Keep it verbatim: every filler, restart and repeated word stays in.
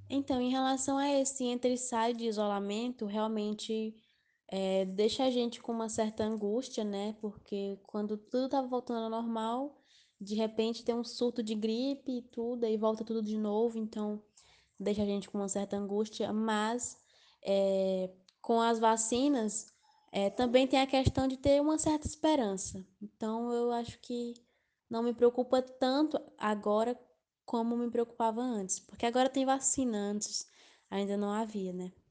Então, em relação a esse entra e sai de isolamento, realmente é, deixa a gente com uma certa angústia, né? Porque quando tudo estava voltando ao normal, de repente tem um surto de gripe e tudo, aí volta tudo de novo, então deixa a gente com uma certa angústia. Mas é, com as vacinas, é, também tem a questão de ter uma certa esperança. Então, eu acho que não me preocupa tanto agora como me preocupava antes, porque agora tem vacina, antes ainda não havia, né?